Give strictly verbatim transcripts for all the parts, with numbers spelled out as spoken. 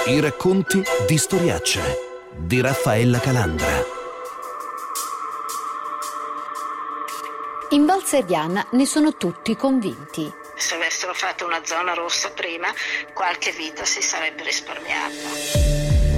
I racconti di Storiacce di Raffaella Calandra. In Val Seriana ne sono tutti convinti. Se avessero fatto una zona rossa prima, qualche vita si sarebbe risparmiata.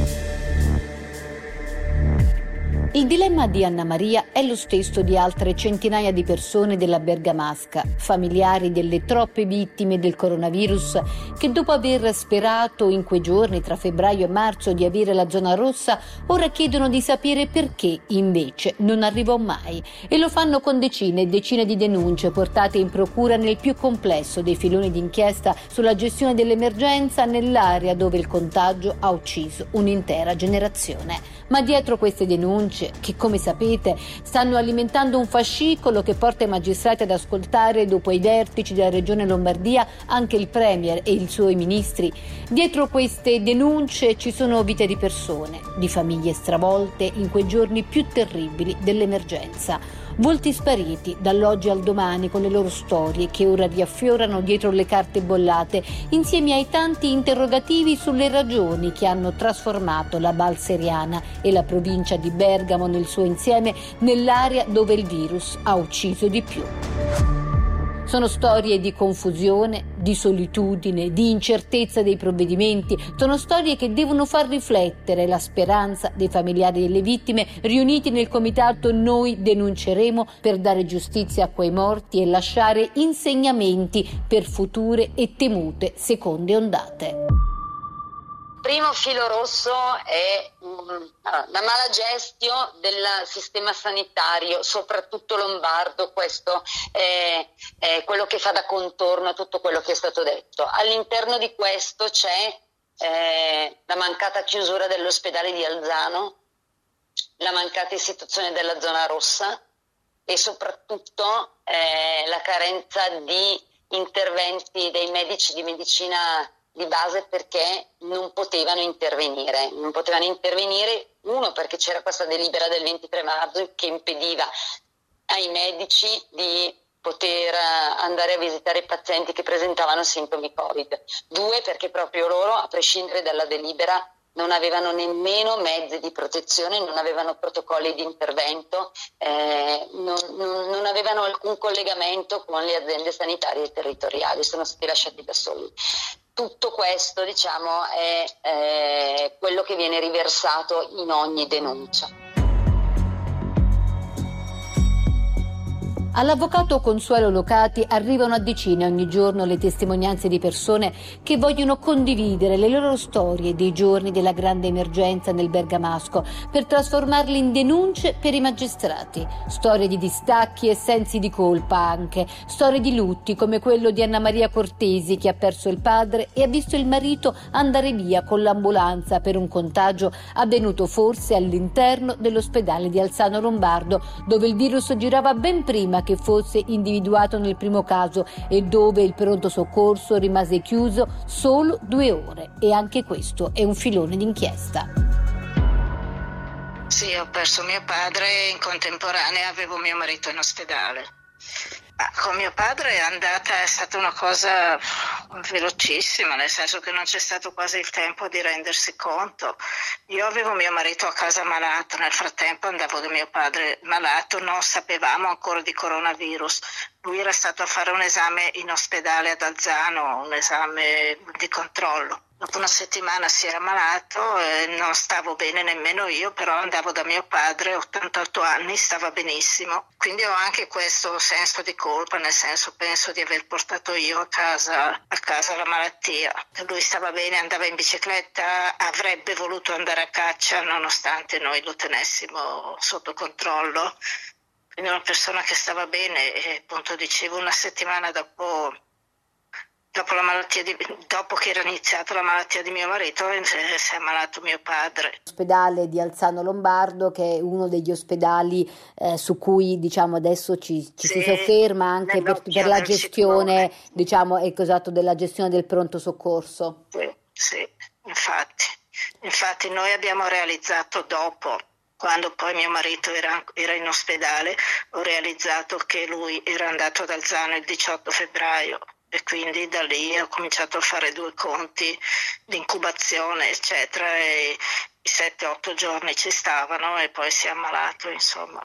Il dilemma di Anna Maria è lo stesso di altre centinaia di persone della Bergamasca, familiari delle troppe vittime del coronavirus, che dopo aver sperato in quei giorni tra febbraio e marzo di avere la zona rossa, ora chiedono di sapere perché invece non arrivò mai, e lo fanno con decine e decine di denunce portate in procura nel più complesso dei filoni d'inchiesta sulla gestione dell'emergenza nell'area dove il contagio ha ucciso un'intera generazione. Ma dietro queste denunce, che come sapete stanno alimentando un fascicolo che porta i magistrati ad ascoltare dopo i vertici della regione Lombardia anche il premier e i suoi ministri, dietro queste denunce ci sono vite di persone, di famiglie stravolte in quei giorni più terribili dell'emergenza. Volti spariti dall'oggi al domani con le loro storie che ora riaffiorano dietro le carte bollate, insieme ai tanti interrogativi sulle ragioni che hanno trasformato la Val Seriana e la provincia di Bergamo nel suo insieme nell'area dove il virus ha ucciso di più. Sono storie di confusione, di solitudine, di incertezza dei provvedimenti. Sono storie che devono far riflettere la speranza dei familiari delle vittime riuniti nel comitato Noi denunceremo per dare giustizia a quei morti e lasciare insegnamenti per future e temute seconde ondate. Primo filo rosso è um, la mala gestione del sistema sanitario, soprattutto lombardo. Questo è, è quello che fa da contorno a tutto quello che è stato detto. All'interno di questo c'è eh, la mancata chiusura dell'ospedale di Alzano, la mancata istituzione della zona rossa e soprattutto eh, la carenza di interventi dei medici di medicina di base, perché non potevano intervenire, non potevano intervenire uno perché c'era questa delibera del ventitré marzo che impediva ai medici di poter andare a visitare i pazienti che presentavano sintomi Covid, due perché proprio loro, a prescindere dalla delibera, non avevano nemmeno mezzi di protezione, non avevano protocolli di intervento, eh, non, non, non avevano alcun collegamento con le aziende sanitarie territoriali, sono stati lasciati da soli. Tutto questo, diciamo, è eh, quello che viene riversato in ogni denuncia. All'avvocato Consuelo Locati arrivano a decine ogni giorno le testimonianze di persone che vogliono condividere le loro storie dei giorni della grande emergenza nel Bergamasco per trasformarli in denunce per i magistrati. Storie di distacchi e sensi di colpa anche. Storie di lutti come quello di Anna Maria Cortesi, che ha perso il padre e ha visto il marito andare via con l'ambulanza per un contagio avvenuto forse all'interno dell'ospedale di Alzano Lombardo, dove il virus girava ben prima che fosse individuato nel primo caso e dove il pronto soccorso rimase chiuso solo due ore. E anche questo è un filone d'inchiesta. Sì, ho perso mio padre, in contemporanea avevo mio marito in ospedale. Ma con mio padre è andata, è stata una cosa velocissima, nel senso che non c'è stato quasi il tempo di rendersi conto. Io avevo mio marito a casa malato, nel frattempo andavo da mio padre malato, non sapevamo ancora di coronavirus. Lui era stato a fare un esame in ospedale ad Alzano, un esame di controllo. Dopo una settimana si era malato e non stavo bene nemmeno io, però andavo da mio padre, ottantotto anni, stava benissimo. Quindi ho anche questo senso di colpa, nel senso penso di aver portato io a casa, a casa la malattia. Lui stava bene, andava in bicicletta, avrebbe voluto andare a caccia nonostante noi lo tenessimo sotto controllo. Quindi una persona che stava bene e appunto dicevo una settimana dopo... Dopo, la malattia di, dopo che era iniziata la malattia di mio marito, si è ammalato mio padre. L'ospedale di Alzano Lombardo, che è uno degli ospedali eh, su cui diciamo adesso ci, ci sì, si sofferma anche per, per la gestione, ciclone. diciamo, ecco, esatto, della gestione del pronto soccorso. Sì, sì, infatti. Infatti noi abbiamo realizzato dopo, quando poi mio marito era, era in ospedale, ho realizzato che lui era andato ad Alzano il diciotto febbraio. e quindi da lì ho cominciato a fare due conti di incubazione eccetera e i sette otto giorni ci stavano e poi si è ammalato, insomma.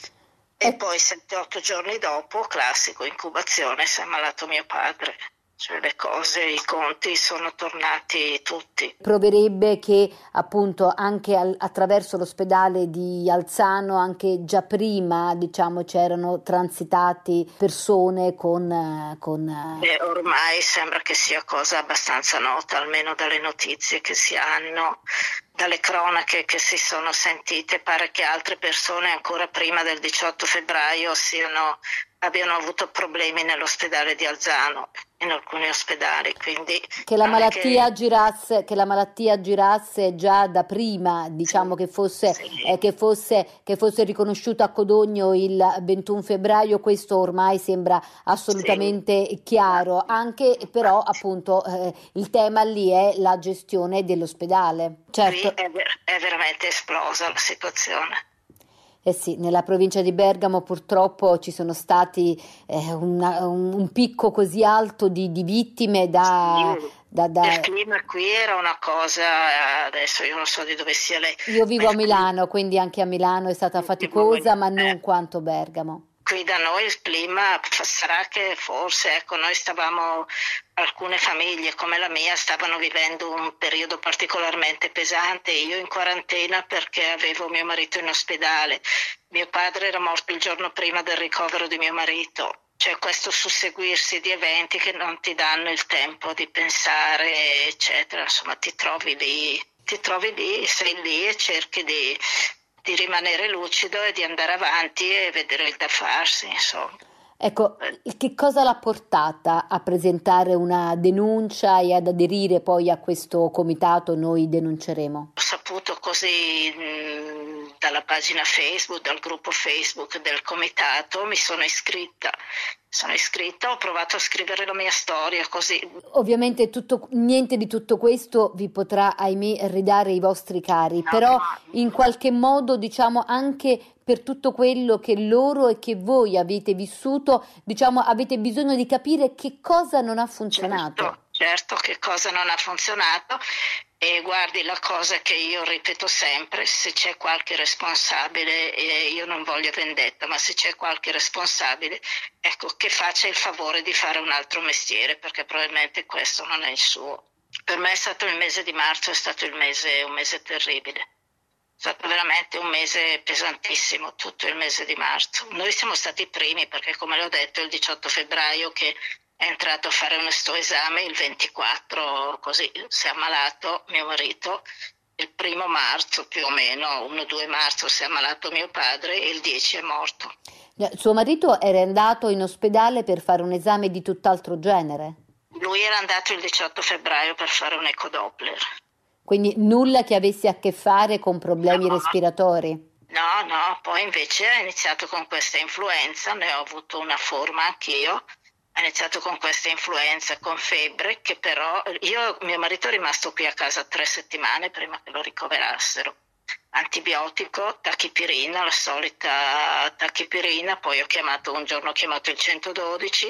E poi sette otto giorni dopo, classico incubazione, si è ammalato mio padre. Cioè le cose, i conti sono tornati tutti. Proverebbe che appunto anche al, attraverso l'ospedale di Alzano, anche già prima diciamo c'erano transitati persone con... con... E ormai sembra che sia cosa abbastanza nota, almeno dalle notizie che si hanno, dalle cronache che si sono sentite, pare che altre persone ancora prima del diciotto febbraio siano, abbiano avuto problemi nell'ospedale di Alzano, in alcuni ospedali, quindi che la malattia che... girasse che la malattia girasse già da prima, diciamo sì, che fosse sì. eh, che fosse che fosse riconosciuto a Codogno il ventuno febbraio, questo ormai sembra assolutamente sì. chiaro, anche però appunto eh, il tema lì è la gestione dell'ospedale. Certo. È, ver- è veramente esplosa la situazione. Eh sì, nella provincia di Bergamo purtroppo ci sono stati eh, una, un, un picco così alto di, di vittime da, sì, da, da... Il clima qui era una cosa, adesso io non so di dove sia lei. Io vivo a Milano, quindi anche a Milano è stata faticosa, ma non quanto Bergamo. Qui da noi il clima sarà che forse, ecco, noi stavamo, alcune famiglie come la mia stavano vivendo un periodo particolarmente pesante, io in quarantena perché avevo mio marito in ospedale, mio padre era morto il giorno prima del ricovero di mio marito, cioè questo susseguirsi di eventi che non ti danno il tempo di pensare, eccetera, insomma ti trovi lì, ti trovi lì, sei lì e cerchi di... di rimanere lucido e di andare avanti e vedere il da farsi, insomma. Ecco, che cosa l'ha portata a presentare una denuncia e ad aderire poi a questo comitato Noi Denunceremo? Ho saputo così mh, dalla pagina Facebook, dal gruppo Facebook del comitato, mi sono iscritta. Sono iscritta, ho provato a scrivere la mia storia così. Ovviamente tutto, niente di tutto questo vi potrà, ahimè, ridare i vostri cari, no, però no. in qualche modo, diciamo, anche per tutto quello che loro e che voi avete vissuto, diciamo, avete bisogno di capire che cosa non ha funzionato. Certo, certo che cosa non ha funzionato. E guardi, la cosa che io ripeto sempre, se c'è qualche responsabile, e io non voglio vendetta, ma se c'è qualche responsabile, ecco, che faccia il favore di fare un altro mestiere, perché probabilmente questo non è il suo. Per me è stato il mese di marzo, è stato il mese, un mese terribile. È stato veramente un mese pesantissimo, tutto il mese di marzo. Noi siamo stati i primi, perché come l'ho detto, il diciotto febbraio che è entrato a fare un sto esame, il ventiquattro così si è ammalato mio marito, il primo marzo più o meno, uno due marzo si è ammalato mio padre e il dieci è morto. Suo marito era andato in ospedale per fare un esame di tutt'altro genere? Lui era andato il diciotto febbraio per fare un ecodoppler. Quindi nulla che avesse a che fare con problemi no, respiratori? No, no, poi invece ha iniziato con questa influenza, ne ho avuto una forma anch'io. Ha iniziato con questa influenza, con febbre, che però io, mio marito è rimasto qui a casa tre settimane prima che lo ricoverassero. Antibiotico, tachipirina, la solita tachipirina, poi ho chiamato, un giorno ho chiamato il centododici,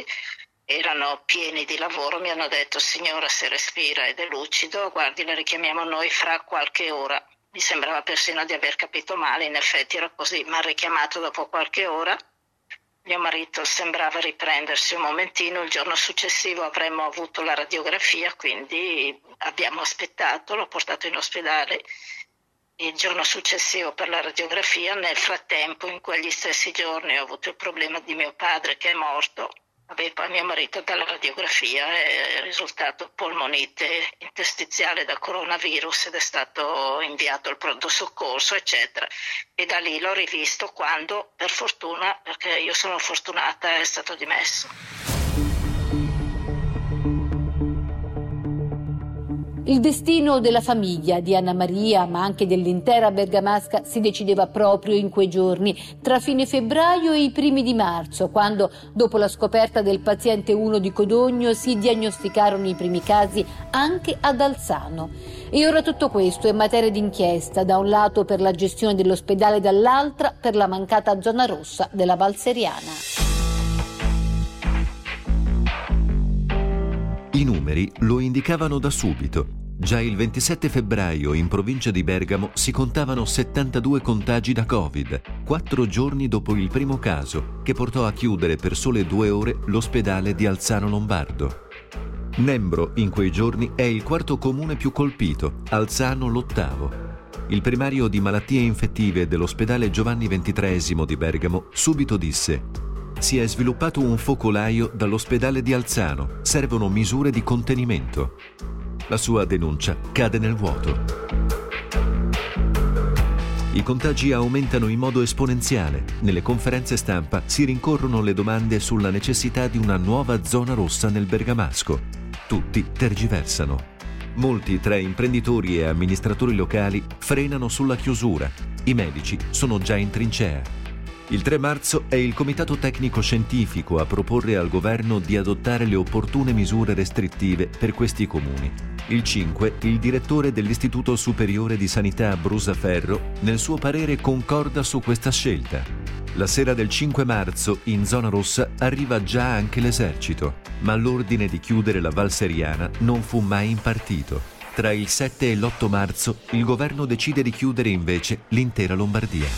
erano pieni di lavoro, mi hanno detto signora se respira ed è lucido, guardi la richiamiamo noi fra qualche ora. Mi sembrava persino di aver capito male, in effetti era così, mi ha richiamato dopo qualche ora. Mio marito sembrava riprendersi un momentino, il giorno successivo avremmo avuto la radiografia, quindi abbiamo aspettato, l'ho portato in ospedale il giorno successivo per la radiografia. Nel frattempo, in quegli stessi giorni, ho avuto il problema di mio padre che è morto. Vabbè, poi mio marito dalla radiografia è risultato polmonite interstiziale da coronavirus ed è stato inviato al pronto soccorso, eccetera. E da lì l'ho rivisto quando, per fortuna, perché io sono fortunata, è stato dimesso. Il destino della famiglia di Anna Maria, ma anche dell'intera bergamasca, si decideva proprio in quei giorni, tra fine febbraio e i primi di marzo, quando, dopo la scoperta del paziente uno di Codogno, si diagnosticarono i primi casi anche ad Alzano. E ora tutto questo è materia d'inchiesta, da un lato per la gestione dell'ospedale, dall'altra per la mancata zona rossa della Val Seriana. I numeri lo indicavano da subito. Già il ventisette febbraio in provincia di Bergamo si contavano settantadue contagi da Covid, quattro giorni dopo il primo caso, che portò a chiudere per sole due ore l'ospedale di Alzano Lombardo. Nembro in quei giorni è il quarto comune più colpito, Alzano l'ottavo. Il primario di malattie infettive dell'ospedale Giovanni ventitreesimo di Bergamo subito disse: si è sviluppato un focolaio dall'ospedale di Alzano, servono misure di contenimento. La sua denuncia cade nel vuoto. I contagi aumentano in modo esponenziale. Nelle conferenze stampa si rincorrono le domande sulla necessità di una nuova zona rossa nel bergamasco. Tutti tergiversano. Molti tra imprenditori e amministratori locali frenano sulla chiusura. I medici sono già in trincea. Il tre marzo è il Comitato Tecnico Scientifico a proporre al governo di adottare le opportune misure restrittive per questi comuni. Il cinque, il direttore dell'Istituto Superiore di Sanità Brusaferro, nel suo parere concorda su questa scelta. La sera del cinque marzo, in zona rossa, arriva già anche l'esercito, ma l'ordine di chiudere la Val Seriana non fu mai impartito. Tra il sette e l'otto marzo, il governo decide di chiudere invece l'intera Lombardia.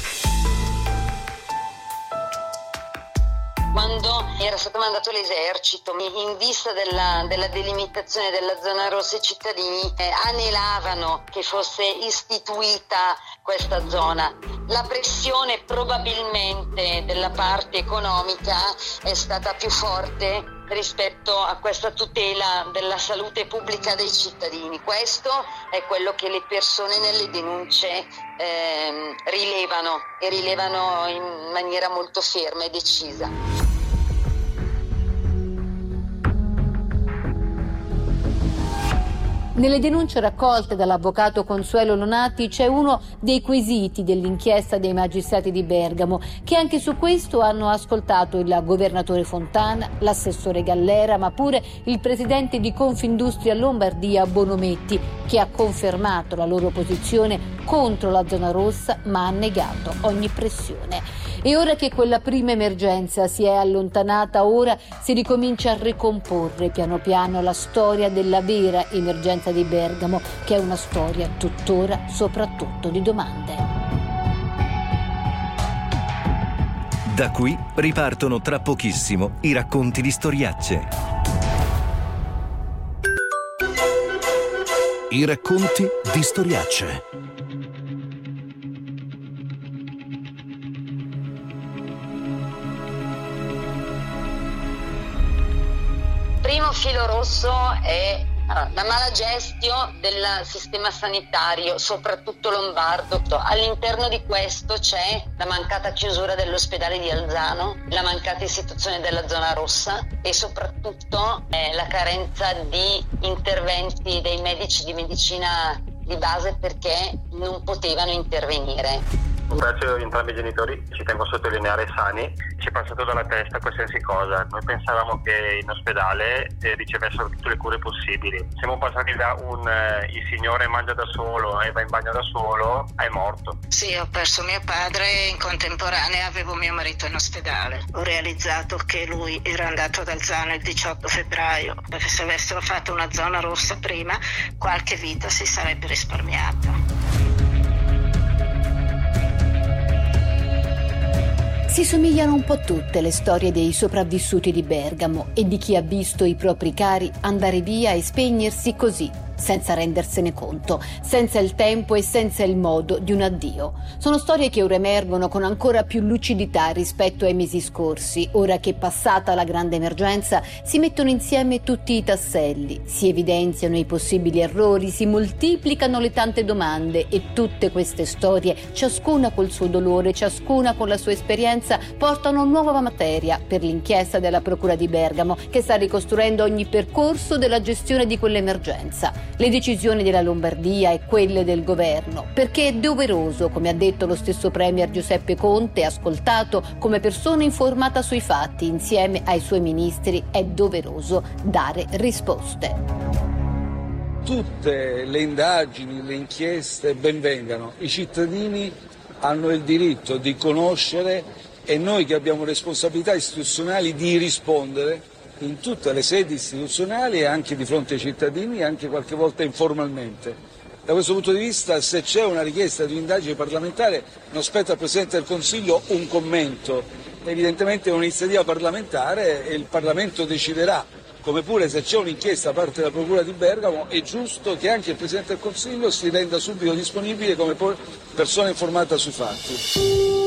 Quando era stato mandato l'esercito, in vista della, della delimitazione della zona rossa, i cittadini eh, anelavano che fosse istituita questa zona. La pressione probabilmente della parte economica è stata più forte rispetto a questa tutela della salute pubblica dei cittadini. Questo è quello che le persone nelle denunce eh, rilevano e rilevano in maniera molto ferma e decisa. Nelle denunce raccolte dall'avvocato Consuelo Lonati c'è uno dei quesiti dell'inchiesta dei magistrati di Bergamo, che anche su questo hanno ascoltato il governatore Fontana, l'assessore Gallera, ma pure il presidente di Confindustria Lombardia Bonometti, che ha confermato la loro posizione contro la zona rossa, ma ha negato ogni pressione. E ora che quella prima emergenza si è allontanata, ora si ricomincia a ricomporre piano piano la storia della vera emergenza di Bergamo, che è una storia tuttora soprattutto di domande. Da qui ripartono tra pochissimo i racconti di storiacce. I racconti di storiacce. Primo filo rosso è la mala gestione del sistema sanitario, soprattutto lombardo. All'interno di questo c'è la mancata chiusura dell'ospedale di Alzano, la mancata istituzione della zona rossa e soprattutto eh, la carenza di interventi dei medici di medicina di base, perché non potevano intervenire. Ringrazio entrambi i genitori, ci tengo a sottolineare sani, ci è passato dalla testa qualsiasi cosa. Noi pensavamo che in ospedale eh, ricevessero tutte le cure possibili. Siamo passati da un eh, il signore mangia da solo e va in bagno da solo, è morto. Sì, ho perso mio padre, in contemporanea avevo mio marito in ospedale. Ho realizzato che lui era andato ad Alzano il diciotto febbraio, perché se avessero fatto una zona rossa prima, qualche vita si sarebbe risparmiata. Si somigliano un po' tutte le storie dei sopravvissuti di Bergamo e di chi ha visto i propri cari andare via e spegnersi così, senza rendersene conto, senza il tempo e senza il modo di un addio. Sono storie che ora emergono con ancora più lucidità rispetto ai mesi scorsi. Ora che passata la grande emergenza si mettono insieme tutti i tasselli, si evidenziano i possibili errori, si moltiplicano le tante domande e tutte queste storie, ciascuna col suo dolore, ciascuna con la sua esperienza, portano nuova materia per l'inchiesta della Procura di Bergamo, che sta ricostruendo ogni percorso della gestione di quell'emergenza. Le decisioni della Lombardia e quelle del governo, perché è doveroso, come ha detto lo stesso premier Giuseppe Conte, ascoltato come persona informata sui fatti insieme ai suoi ministri, è doveroso dare risposte. Tutte le indagini, le inchieste benvengano. I cittadini hanno il diritto di conoscere e noi che abbiamo responsabilità istituzionali di rispondere in tutte le sedi istituzionali e anche di fronte ai cittadini, anche qualche volta informalmente. Da questo punto di vista, se c'è una richiesta di indagine parlamentare, non spetta al Presidente del Consiglio un commento. Evidentemente è un'iniziativa parlamentare e il Parlamento deciderà, come pure se c'è un'inchiesta da parte della Procura di Bergamo, è giusto che anche il Presidente del Consiglio si renda subito disponibile come persona informata sui fatti.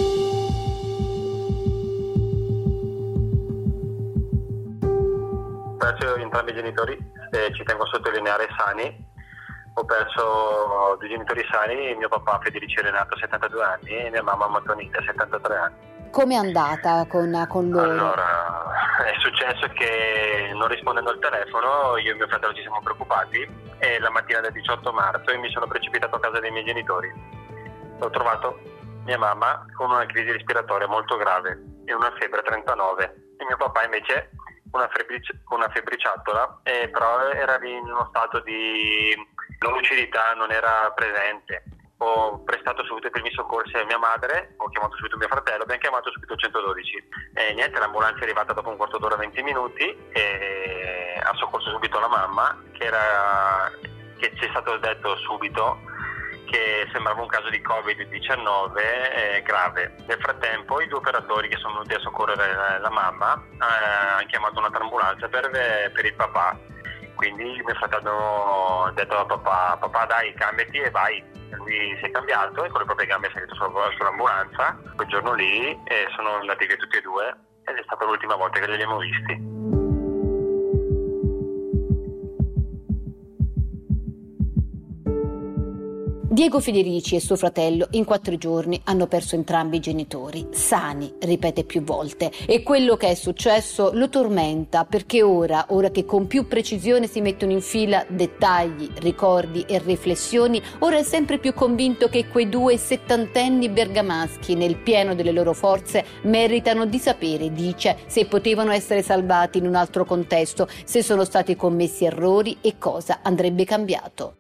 Ho perso entrambi i genitori, eh, ci tengo a sottolineare, sani. Ho perso due genitori sani, mio papà Federico Renato, settantadue anni, e mia mamma Antonita, settantatré anni. Come è andata con, con loro? Allora, è successo che non rispondendo al telefono io e mio fratello ci siamo preoccupati e la mattina del diciotto marzo mi sono precipitato a casa dei miei genitori. Ho trovato mia mamma con una crisi respiratoria molto grave e una febbre trentanove e mio papà invece una, febbric- una febbriciattola, eh, però era in uno stato di non lucidità, non era presente. Ho prestato subito i primi soccorsi a mia madre, ho chiamato subito mio fratello, abbiamo chiamato subito il centododici. E niente, l'ambulanza è arrivata dopo un quarto d'ora, venti minuti, e ha soccorso subito la mamma, che, era, che ci è stato detto subito che sembrava un caso di covid diciannove eh, grave. Nel frattempo i due operatori che sono venuti a soccorrere la, la mamma eh, hanno chiamato un'altra ambulanza per, per il papà. Quindi mio fratello ha detto a papà, papà dai cambiati e vai. Lui si è cambiato e con le proprie gambe è salito sull'ambulanza. Quel giorno lì eh, sono andati via tutti e due ed è stata l'ultima volta che li abbiamo visti. Diego Federici e suo fratello in quattro giorni hanno perso entrambi i genitori, sani, ripete più volte, e quello che è successo lo tormenta perché ora, ora che con più precisione si mettono in fila dettagli, ricordi e riflessioni, ora è sempre più convinto che quei due settantenni bergamaschi nel pieno delle loro forze meritano di sapere, dice, se potevano essere salvati in un altro contesto, se sono stati commessi errori e cosa andrebbe cambiato.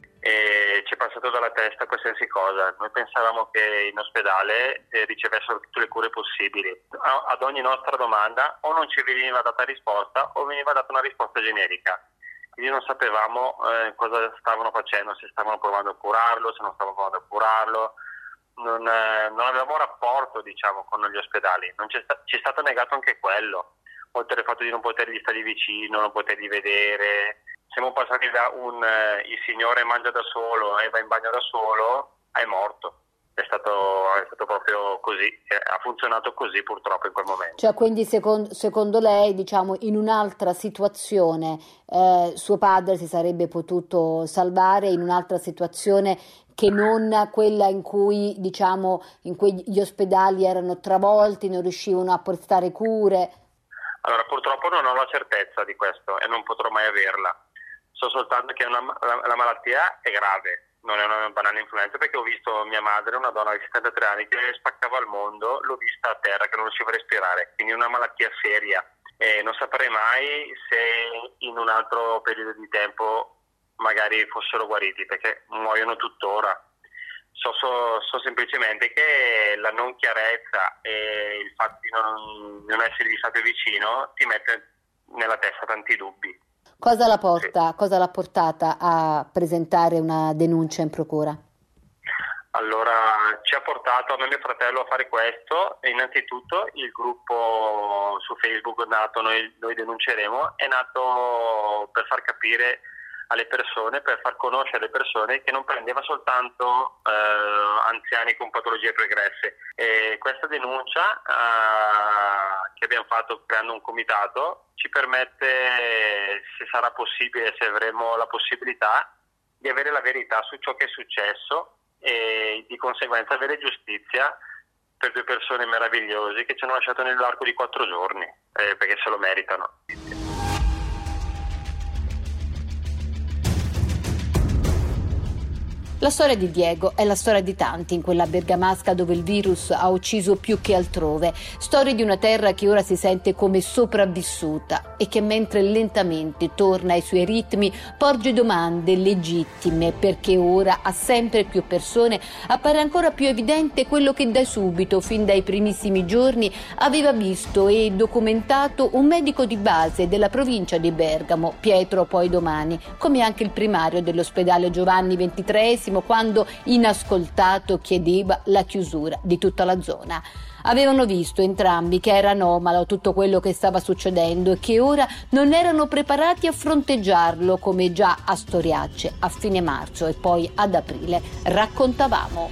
E ci è passato dalla testa qualsiasi cosa. Noi pensavamo che in ospedale eh, ricevessero tutte le cure possibili. A, ad ogni nostra domanda o non ci veniva data risposta o veniva data una risposta generica. Quindi non sapevamo eh, cosa stavano facendo, se stavano provando a curarlo, se non stavano provando a curarlo. Non, eh, non avevamo rapporto, diciamo, con gli ospedali. Non c'è sta- ci è stato negato anche quello, oltre al fatto di non poterli stare vicino, non poterli vedere. Siamo passati da un eh, il signore mangia da solo e va in bagno da solo, è morto. È stato, è stato proprio così, ha funzionato così purtroppo in quel momento. Cioè, quindi secondo, secondo lei, diciamo, in un'altra situazione eh, suo padre si sarebbe potuto salvare, in un'altra situazione che non quella in cui, diciamo, in cui gli ospedali erano travolti, non riuscivano a prestare cure? Allora, purtroppo non ho la certezza di questo e non potrò mai averla. So soltanto che una, la, la malattia è grave, non è una banale influenza, perché ho visto mia madre, una donna di settantatré anni che spaccava il mondo, l'ho vista a terra che non riusciva a respirare, quindi una malattia seria. E non saprei mai se in un altro periodo di tempo magari fossero guariti, perché muoiono tuttora. So, so, so semplicemente che la non chiarezza e il fatto di non, non essergli stato vicino ti mette nella testa tanti dubbi. Cosa la porta, sì. Cosa l'ha portata a presentare una denuncia in procura? Allora, ci ha portato a me e mio fratello a fare questo. Innanzitutto il gruppo su Facebook nato Noi, Noi Denunceremo è nato per far capire alle persone, per far conoscere alle persone che non prendeva soltanto eh, anziani con patologie pregresse. E questa denuncia eh, che abbiamo fatto creando un comitato ci permette, se sarà possibile, se avremo la possibilità, di avere la verità su ciò che è successo e di conseguenza avere giustizia per due persone meravigliose che ci hanno lasciato nell'arco di quattro giorni, eh, perché se lo meritano. La storia di Diego è la storia di tanti in quella bergamasca dove il virus ha ucciso più che altrove. Storia di una terra che ora si sente come sopravvissuta e che mentre lentamente torna ai suoi ritmi porge domande legittime, perché ora a sempre più persone appare ancora più evidente quello che da subito, fin dai primissimi giorni, aveva visto e documentato un medico di base della provincia di Bergamo, Pietro Poi Domani, come anche il primario dell'ospedale Giovanni ventitreesimo, quando inascoltato chiedeva la chiusura di tutta la zona. Avevano visto entrambi che era anomalo tutto quello che stava succedendo e che ora non erano preparati a fronteggiarlo, come già a Storiacce a fine marzo e poi ad aprile raccontavamo.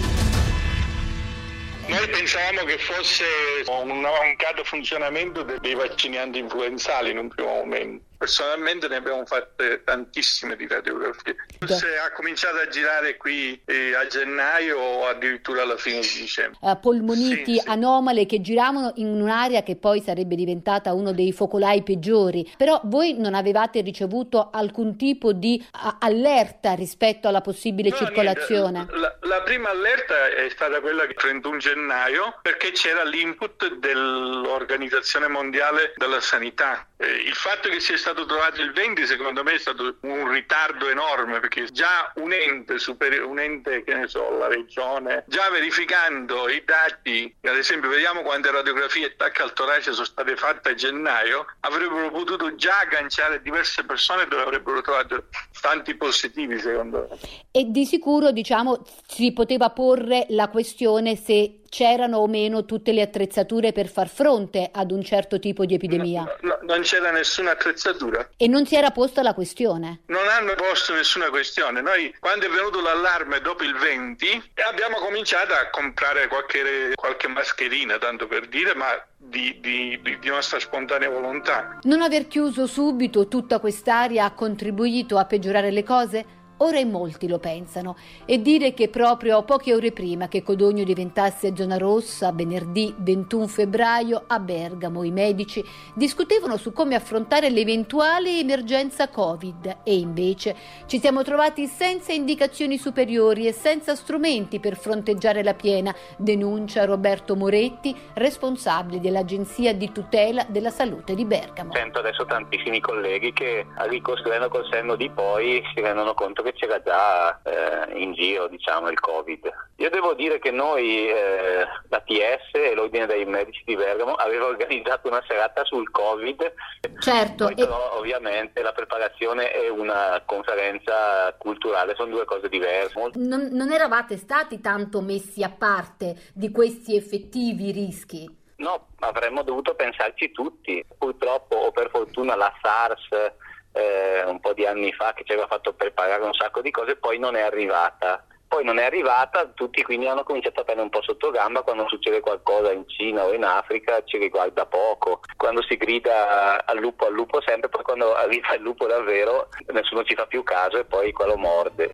Noi pensavamo che fosse un mancato funzionamento dei vaccini anti-influenzali in un primo momento. Personalmente ne abbiamo fatte tantissime di radiografie. Forse ha cominciato a girare qui eh, a gennaio o addirittura alla fine di dicembre. Uh, polmoniti sì, sì. anomale che giravano in un'area che poi sarebbe diventata uno dei focolai peggiori. Però voi non avevate ricevuto alcun tipo di uh, allerta rispetto alla possibile no, circolazione? La, la prima allerta è stata quella del trentuno gennaio, perché c'era l'input dell'Organizzazione Mondiale della Sanità. Eh, il fatto che sia stato trovato il venti secondo me è stato un ritardo enorme, perché già un ente superiore, un ente che ne so, la regione, già verificando i dati, ad esempio vediamo quante radiografie tacca al torace sono state fatte a gennaio, avrebbero potuto già agganciare diverse persone dove avrebbero trovato tanti positivi secondo me. E di sicuro diciamo si poteva porre la questione se c'erano o meno tutte le attrezzature per far fronte ad un certo tipo di epidemia. No, no, non c'era nessuna attrezzatura. E non si era posta la questione? Non hanno posto nessuna questione. Noi, quando è venuto l'allarme dopo il venti, abbiamo cominciato a comprare qualche, qualche mascherina, tanto per dire, ma di, di, di nostra spontanea volontà. Non aver chiuso subito tutta quest'area ha contribuito a peggiorare le cose? Ora in molti lo pensano, e dire che proprio poche ore prima che Codogno diventasse zona rossa, venerdì ventuno febbraio, a Bergamo i medici discutevano su come affrontare l'eventuale emergenza Covid e invece ci siamo trovati senza indicazioni superiori e senza strumenti per fronteggiare la piena, denuncia Roberto Moretti, responsabile dell'Agenzia di tutela della salute di Bergamo. Sento adesso tantissimi colleghi che ricostruendo col senno di poi si rendono conto che c'era già eh, in giro, diciamo, il Covid. Io devo dire che noi, eh, la P S e l'Ordine dei Medici di Bergamo, aveva organizzato una serata sul Covid. Certo. Poi però e... ovviamente la preparazione e una conferenza culturale sono due cose diverse. Non, non eravate stati tanto messi a parte di questi effettivi rischi? No, avremmo dovuto pensarci tutti. Purtroppo o per fortuna la SARS Eh, un po' di anni fa che ci aveva fatto preparare un sacco di cose, poi non è arrivata. Poi non è arrivata, tutti quindi hanno cominciato a prendere un po' sotto gamba. Quando succede qualcosa in Cina o in Africa ci riguarda poco. Quando si grida al lupo al lupo sempre, poi quando arriva il lupo davvero nessuno ci fa più caso e poi quello morde.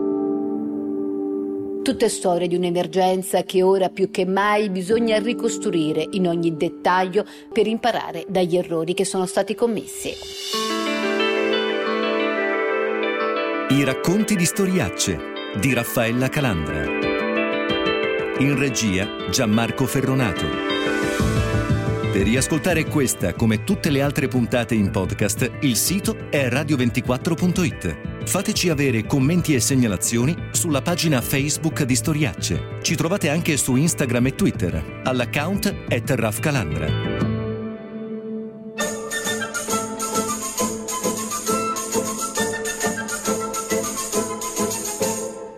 Tutte storie di un'emergenza che ora più che mai bisogna ricostruire in ogni dettaglio per imparare dagli errori che sono stati commessi. I racconti di Storiacce di Raffaella Calandra. In regia Gianmarco Ferronato. Per riascoltare questa come tutte le altre puntate in podcast, il sito è radio ventiquattro punto it. Fateci avere commenti e segnalazioni sulla pagina Facebook di Storiacce. Ci trovate anche su Instagram e Twitter all'account at Raf Calandra.